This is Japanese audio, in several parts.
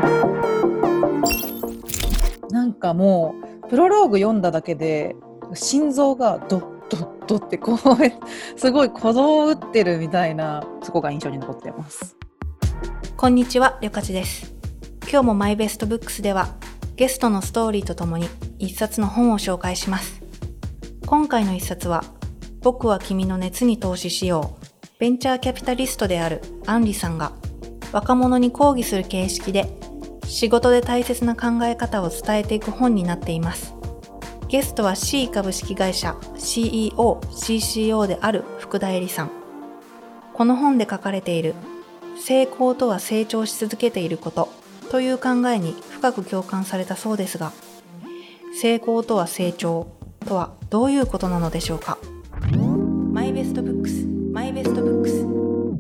なんかもうプロローグ読んだだけで心臓がドッドッドってこうすごい鼓動を打ってるみたいな、そこが印象に残ってます。 こんにちは、りょかちです。今日もマイベストブックスではゲストのストーリーとともに一冊の本を紹介します。今回の一冊は僕は君の熱に投資しよう。ベンチャーキャピタリストであるアンリさんが若者に講義する形式で仕事で大切な考え方を伝えていく本になっています。ゲストは C 株式会社 CEO、CCO である福田恵里さん。この本で書かれている成功とは成長し続けていることという考えに深く共感されたそうですが、成功とは成長とはどういうことなのでしょうか。マイベストブックス、マイベストブックス、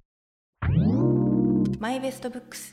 マイベストブックス。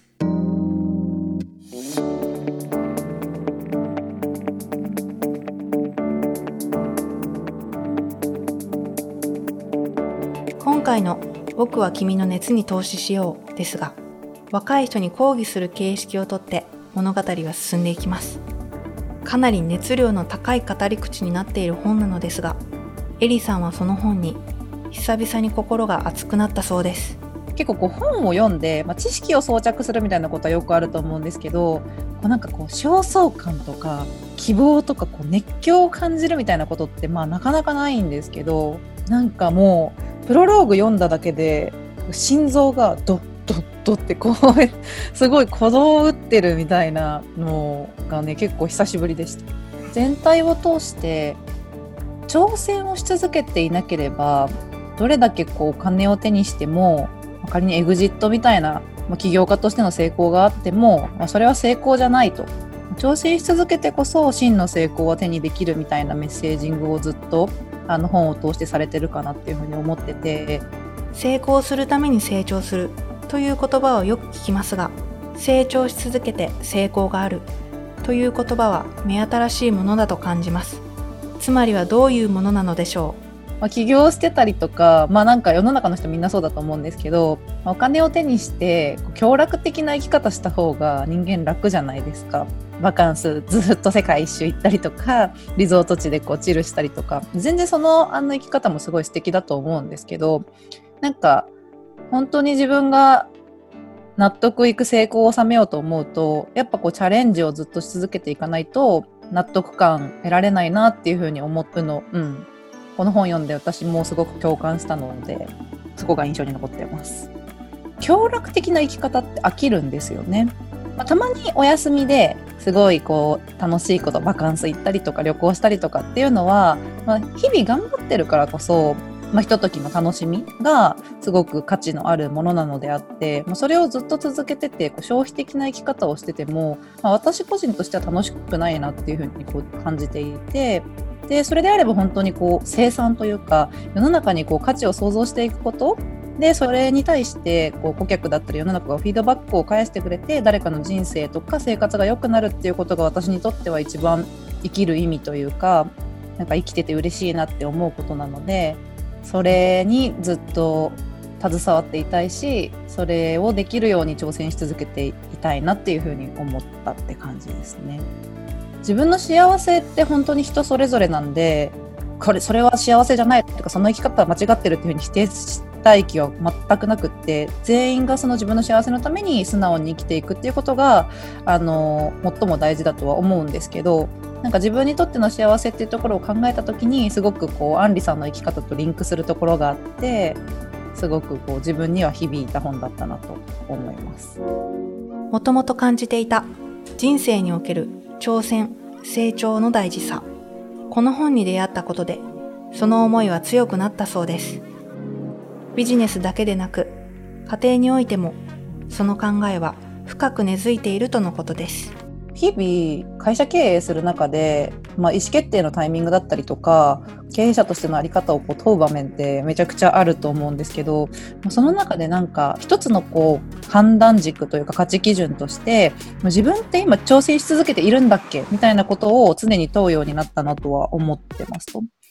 今回の僕は君の熱に投資しようですが、若い人に講義する形式をとって物語は進んでいきます。かなり熱量の高い語り口になっている本なのですが、エリさんはその本に久々に心が熱くなったそうです。 結構本を読んで、知識を装着するみたいなことはよくあると思うんですけど、なんか焦燥感とか希望とか熱狂を感じるみたいなことってなかなかないんですけど、なんかもうプロローグ読んだだけで心臓がドッドッドってすごい鼓動を打ってるみたいなのがね、結構久しぶりでした。全体を通して挑戦をし続けていなければ、どれだけお金を手にしても、仮にエグジットみたいな起業家としての成功があっても、それは成功じゃないと。挑戦し続けてこそ真の成功は手にできるみたいなメッセージングをずっと本を通してされてるかなっていうふうに思ってて、 成功するために成長するという言葉をよく聞きますが、成長し続けて成功があるという言葉は目新しいものだと感じます。つまりはどういうものなのでしょう。 起業してたりとか、なんか世の中の人みんなそうだと思うんですけど、お金を手にして享楽的な生き方した方が人間楽じゃないですか。バカンスずっと世界一周行ったりとか、リゾート地でチルしたりとか、全然その生き方もすごい素敵だと思うんですけど、なんか本当に自分が納得いく成功を収めようと思うと、やっぱチャレンジをずっとし続けていかないと納得感得られないなっていうふうに思うの、この本読んで私もすごく共感したので、そこが印象に残っています。享楽的な生き方って飽きるんですよね。たまにお休みですごい楽しいこと、バカンス行ったりとか旅行したりとかっていうのは、日々頑張ってるからこそ、ひとときの楽しみがすごく価値のあるものなのであって、それをずっと続けてて消費的な生き方をしてても、私個人としては楽しくないなっていうふうに感じていて、でそれであれば本当に生産というか、世の中に価値を創造していくことで、それに対して顧客だったり世の中がフィードバックを返してくれて、誰かの人生とか生活が良くなるっていうことが私にとっては一番生きる意味というか、なんか生きてて嬉しいなって思うことなので、それにずっと携わっていたいし、それをできるように挑戦し続けていたいなっていうふうに思ったって感じですね。自分の幸せって本当に人それぞれなんで、それは幸せじゃないとか、その生き方は間違ってるっていうふうに否定したい気は全くなくって、全員がその自分の幸せのために素直に生きていくっていうことが最も大事だとは思うんですけど、なんか自分にとっての幸せっていうところを考えた時に、すごくアンリさんの生き方とリンクするところがあって、すごく自分には響いた本だったなと思います。 もともと感じていた人生における挑戦、成長の大事さ。この本に出会ったことで、その思いは強くなったそうです。ビジネスだけでなく、家庭においても、その考えは深く根付いているとのことです。 日々会社経営する中で、意思決定のタイミングだったりとか、経営者としての在り方を問う場面ってめちゃくちゃあると思うんですけど、その中でなんか一つの判断軸というか価値基準として、自分って今挑戦し続けているんだっけみたいなことを常に問うようになったなとは思ってますと。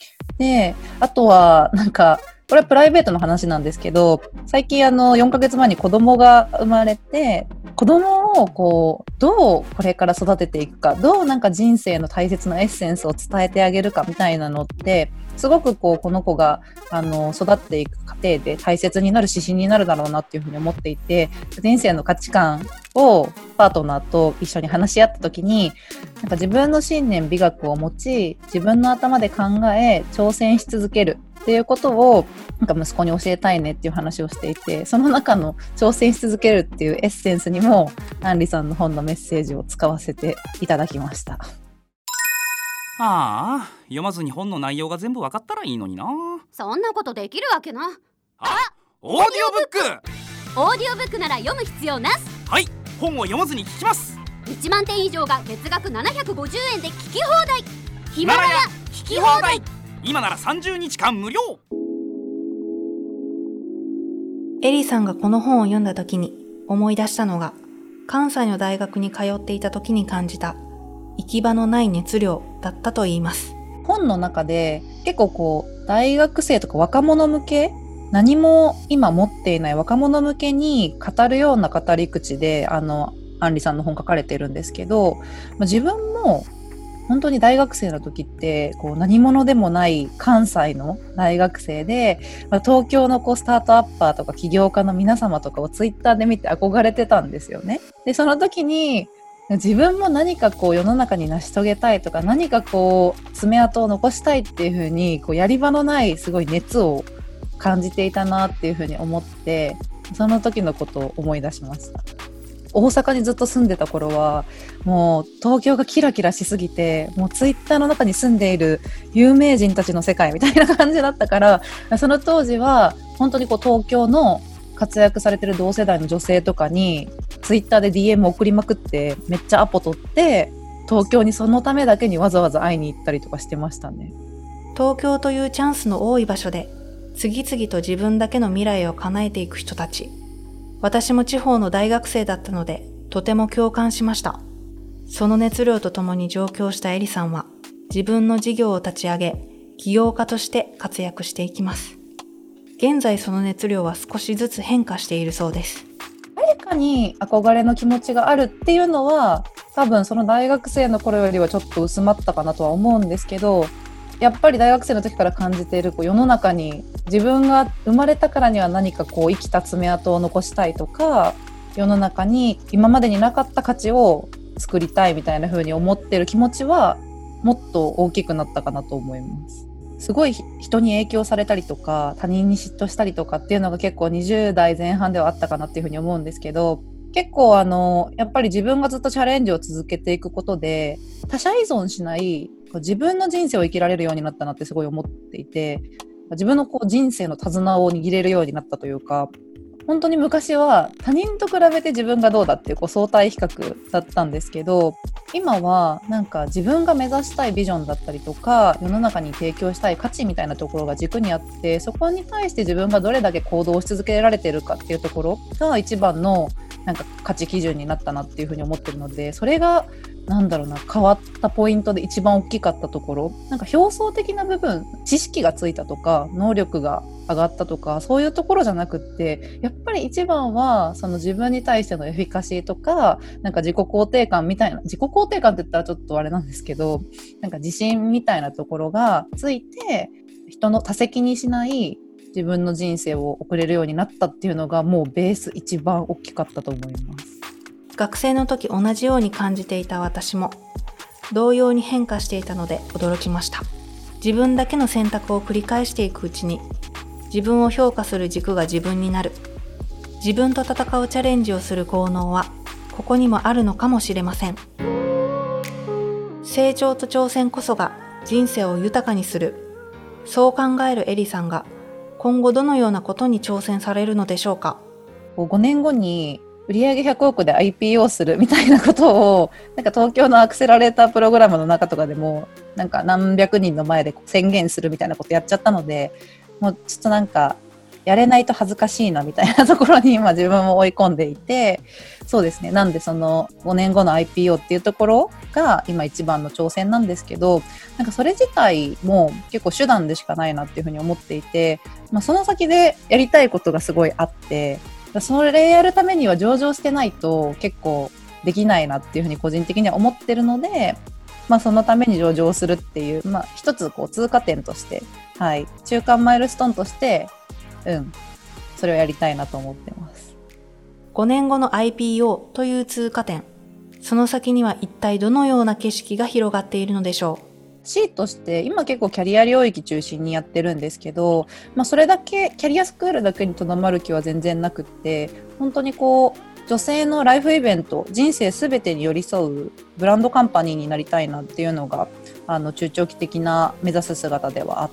で、あとはなんかこれはプライベートの話なんですけど、最近4ヶ月前に子供が生まれて、子供をこうどうこれから育てていくか、どうなんか人生の大切なエッセンスを伝えてあげるかみたいなのってすごくこの子が育っていく過程で大切になる指針になるだろうなっていうふうに思っていて、人生の価値観をパートナーと一緒に話し合った時に、なんか自分の信念美学を持ち、自分の頭で考え挑戦し続けるっていうことをなんか息子に教えたいねっていう話をしていて、その中の挑戦し続けるっていうエッセンスにもアンリさんの本のメッセージを使わせていただきました。 ああ、読まずに本の内容が全部わかったらいいのにな。 そんなことできるわけな。 オーディオブック。 オーディオブックなら読む必要なし。 はい、本を読まずに聞きます。 1万点以上が月額750円で聞き放題。 ヒマラヤ聞き放題。今なら30日間無料。 エリさんがこの本を読んだ時に思い出したのが、関西の大学に通っていた時に感じた行き場のない熱量だったと言います。 本の中で結構大学生とか若者向け、何も今持っていない若者向けに語るような語り口でアンリさんの本書かれてるんですけど、自分も本当に大学生の時って何者でもない関西の大学生で、東京のスタートアッパーとか起業家の皆様とかをツイッターで見て憧れてたんですよね。でその時に自分も何か世の中に成し遂げたいとか、何か爪痕を残したいっていう風にやり場のないすごい熱を感じていたなっていう風に思って、その時のことを思い出しました。大阪にずっと住んでた頃はもう東京がキラキラしすぎて、もうツイッターの中に住んでいる有名人たちの世界みたいな感じだったから、その当時は本当に東京の活躍されてる同世代の女性とかにツイッターで DM 送りまくって、めっちゃアポ取って東京にそのためだけにわざわざ会いに行ったりとかしてましたね。 東京というチャンスの多い場所で次々と自分だけの未来を叶えていく人たち。私も地方の大学生だったのでとても共感しました。その熱量とともに上京したエリさんは自分の事業を立ち上げ、起業家として活躍していきます。現在その熱量は少しずつ変化しているそうです。 誰かに憧れの気持ちがあるっていうのは多分その大学生の頃よりはちょっと薄まったかなとは思うんですけど、やっぱり大学生の時から感じている世の中に自分が生まれたからには何か生きた爪痕を残したいとか、世の中に今までになかった価値を作りたいみたいな風に思ってる気持ちはもっと大きくなったかなと思います。すごい人に影響されたりとか他人に嫉妬したりとかっていうのが結構20代前半ではあったかなっていう風に思うんですけど、結構やっぱり自分がずっとチャレンジを続けていくことで他者依存しない自分の人生を生きられるようになったなってすごい思っていて、自分の人生の手綱を握れるようになったというか、本当に昔は他人と比べて自分がどうだっていう相対比較だったんですけど、今はなんか自分が目指したいビジョンだったりとか世の中に提供したい価値みたいなところが軸にあって、そこに対して自分がどれだけ行動し続けられているかっていうところが一番のなんか価値基準になったなっていうふうに思ってるので、それが変わったポイントで一番大きかったところ、なんか表層的な部分、知識がついたとか能力が上がったとかそういうところじゃなくって、やっぱり一番はその自分に対してのエフィカシーとか、なんか自己肯定感みたいな、自己肯定感って言ったらちょっとあれなんですけど、なんか自信みたいなところがついて、人の他責にしない自分の人生を送れるようになったっていうのがもうベース一番大きかったと思います。 学生の時同じように感じていた私も同様に変化していたので驚きました。自分だけの選択を繰り返していくうちに自分を評価する軸が自分になる。自分と戦うチャレンジをする効能はここにもあるのかもしれません。成長と挑戦こそが人生を豊かにする。そう考えるエリさんが今後どのようなことに挑戦されるのでしょうか。 5年後に売上100億で IPO するみたいなことをなんか東京のアクセラレータープログラムの中とかでもなんか何百人の前で宣言するみたいなことやっちゃったので、もうちょっとなんかやれないと恥ずかしいなみたいなところに今自分も追い込んでいて、そうですね、なんでその5年後の IPO っていうところが今一番の挑戦なんですけど、なんかそれ自体も結構手段でしかないなっていうふうに思っていて、その先でやりたいことがすごいあって、それやるためには上場してないと結構できないなっていうふうに個人的には思ってるので、そのために上場するっていう、一つこう通過点として、はい、中間マイルストーンとして、それをやりたいなと思ってます。 5年後の IPO という通過点、その先には一体どのような景色が広がっているのでしょう。 C として今結構キャリア領域中心にやってるんですけど、それだけキャリアスクールだけにとどまる気は全然なくって、本当にこう女性のライフイベント、人生すべてに寄り添うブランドカンパニーになりたいなっていうのが中長期的な目指す姿ではあって、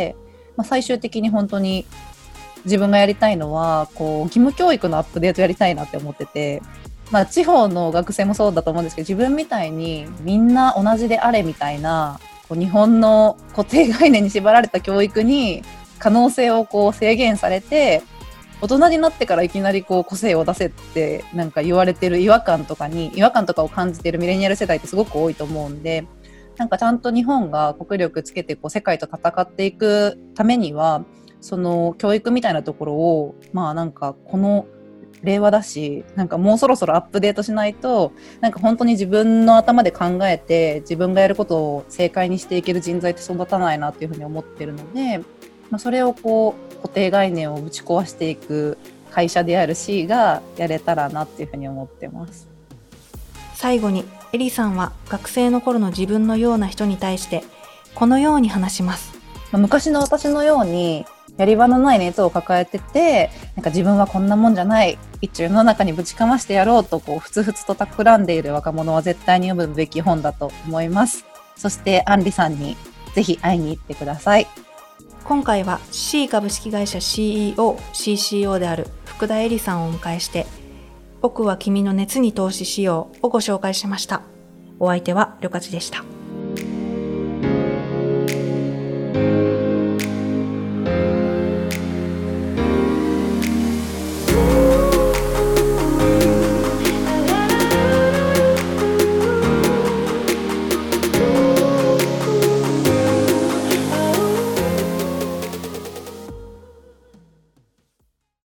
最終的に本当に自分がやりたいのはこう義務教育のアップデートやりたいなって思ってて、地方の学生もそうだと思うんですけど、自分みたいにみんな同じであれみたいな日本の固定概念に縛られた教育に可能性をこう制限されて、大人になってからいきなりこう個性を出せってなんか言われてる違和感とかを感じているミレニアル世代ってすごく多いと思うんで、なんかちゃんと日本が国力つけてこう世界と戦っていくためには、その教育みたいなところをなんかこの令和だし、なんかもうそろそろアップデートしないと、なんか本当に自分の頭で考えて自分がやることを正解にしていける人材って育たないなっていうふうに思ってるので、それをこう固定概念をぶち壊していく会社である C がやれたらなっていうふうに思ってます。 最後にエリさんは学生の頃の自分のような人に対してこのように話します。 昔の私のようにやり場のない熱を抱えてて、なんか自分はこんなもんじゃない、一応世の中にぶちかましてやろうとこうふつふつと企んでいる若者は絶対に読むべき本だと思います。そしてアンリさんにぜひ会いに行ってください。 今回は C 株式会社 CEO、CCO である福田エリさんをお迎えして、僕は君の熱に投資しようをご紹介しました。お相手はりょかちでした。